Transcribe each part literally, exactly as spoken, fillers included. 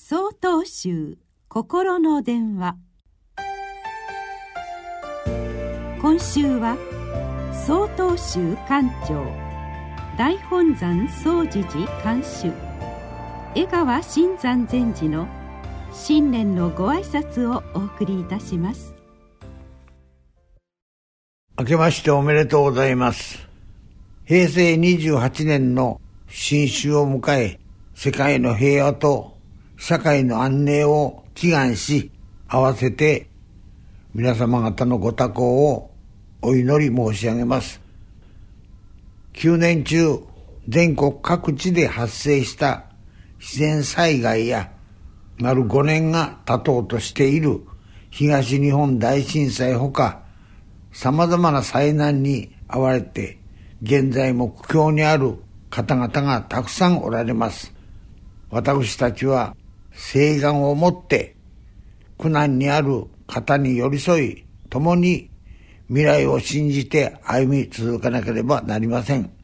曹洞宗心の電話。今週は曹洞宗館長大本山総持寺監修江川新山禅師の新年のご挨拶をお送りいたします。 明けましておめでとうございます。へいせいにじゅうはちねんの新春を迎え、世界の平和と社会の安寧を祈願し、合わせて皆様方のご多幸をお祈り申し上げます。きゅうねん中、全国各地で発生した自然災害や丸ごねんが経とうとしている東日本大震災ほか、様々な災難に遭われて現在も苦境にある方々がたくさんおられます。私たちは誓願をもって苦難にある方に寄り添い、共に未来を信じて歩み続かなければなりません。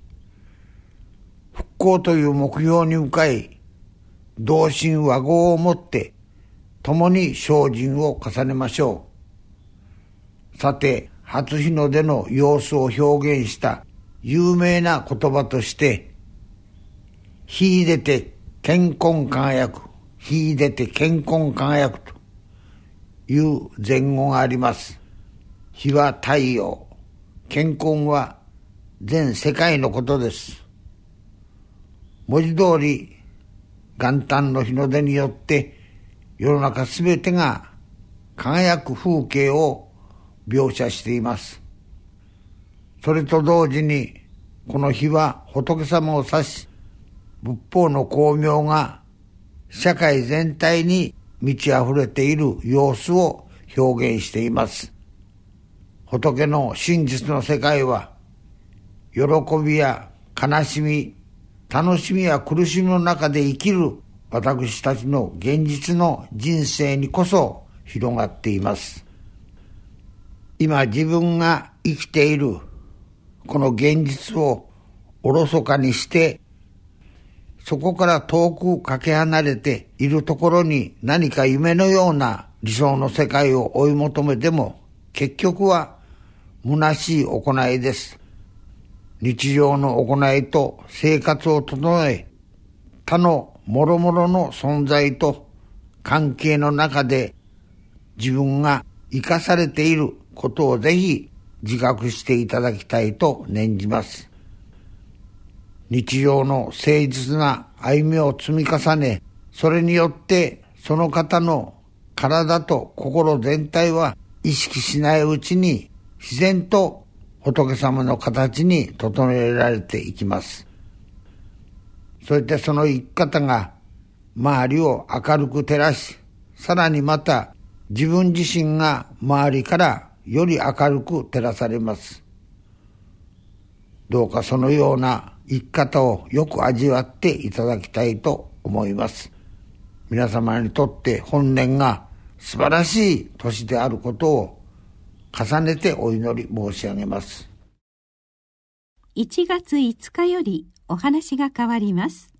復興という目標に向かい、同心和合をもって共に精進を重ねましょう。さて、初日の出の様子を表現した有名な言葉として、日出て健康輝く、日出て健康輝くという前語があります。日は太陽、健康は全世界のことです。文字通り元旦の日の出によって世の中すべてが輝く風景を描写しています。それと同時にこの日は仏様を指し、仏法の光明が社会全体に満ち溢れている様子を表現しています。仏の真実の世界は、喜びや悲しみ、楽しみや苦しみの中で生きる私たちの現実の人生にこそ広がっています。今自分が生きているこの現実をおろそかにして、そこから遠くかけ離れているところに何か夢のような理想の世界を追い求めても、結局は虚しい行いです。日常の行いと生活を整え、他の諸々の存在と関係の中で自分が生かされていることをぜひ自覚していただきたいと念じます。日常の誠実な歩みを積み重ね、それによってその方の体と心全体は意識しないうちに自然と仏様の形に整えられていきます。そしてその生き方が周りを明るく照らし、さらにまた自分自身が周りからより明るく照らされます。どうかそのような生き方をよく味わっていただきたいと思います。皆様にとって本年が素晴らしい年であることを重ねてお祈り申し上げます。 いちがついつかよりお話が変わります。